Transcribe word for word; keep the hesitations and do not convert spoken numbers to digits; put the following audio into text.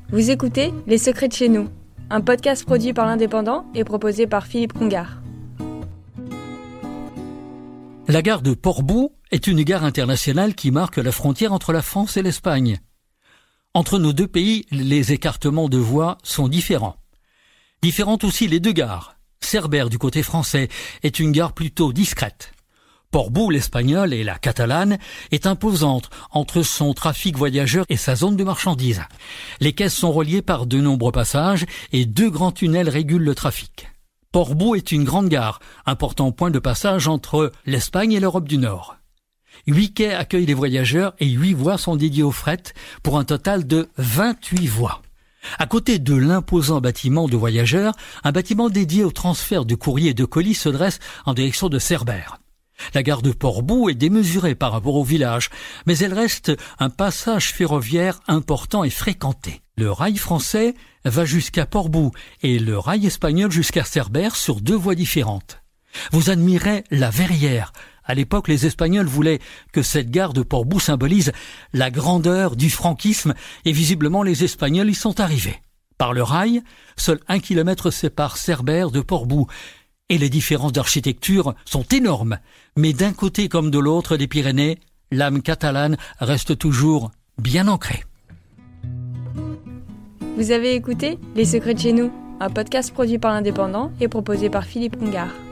Vous écoutez Les Secrets de chez nous, un podcast produit par l'Indépendant et proposé par Philippe Congar. La gare de Portbou est une gare internationale qui marque la frontière entre la France et l'Espagne. Entre nos deux pays, les écartements de voies sont différents. Différentes aussi les deux gares. Cerbère, du côté français, est une gare plutôt discrète. Portbou, l'espagnole, et la catalane, est imposante entre son trafic voyageurs et sa zone de marchandises. Les quais sont reliés par de nombreux passages et deux grands tunnels régulent le trafic. Portbou est une grande gare, important point de passage entre l'Espagne et l'Europe du Nord. Huit quais accueillent les voyageurs et huit voies sont dédiées au fret pour un total de vingt-huit voies. À côté de l'imposant bâtiment de voyageurs, un bâtiment dédié au transfert de courrier et de colis se dresse en direction de Cerbère. La gare de Portbou est démesurée par rapport au village, mais elle reste un passage ferroviaire important et fréquenté. Le rail français va jusqu'à Portbou et le rail espagnol jusqu'à Cerbère sur deux voies différentes. Vous admirez la verrière. À l'époque, les Espagnols voulaient que cette gare de Portbou symbolise la grandeur du franquisme et visiblement les Espagnols y sont arrivés. Par le rail, seul un kilomètre sépare Cerbère de Portbou. Et les différences d'architecture sont énormes. Mais d'un côté comme de l'autre des Pyrénées, l'âme catalane reste toujours bien ancrée. Vous avez écouté Les Secrets de chez nous, un podcast produit par l'Indépendant et proposé par Philippe Congar.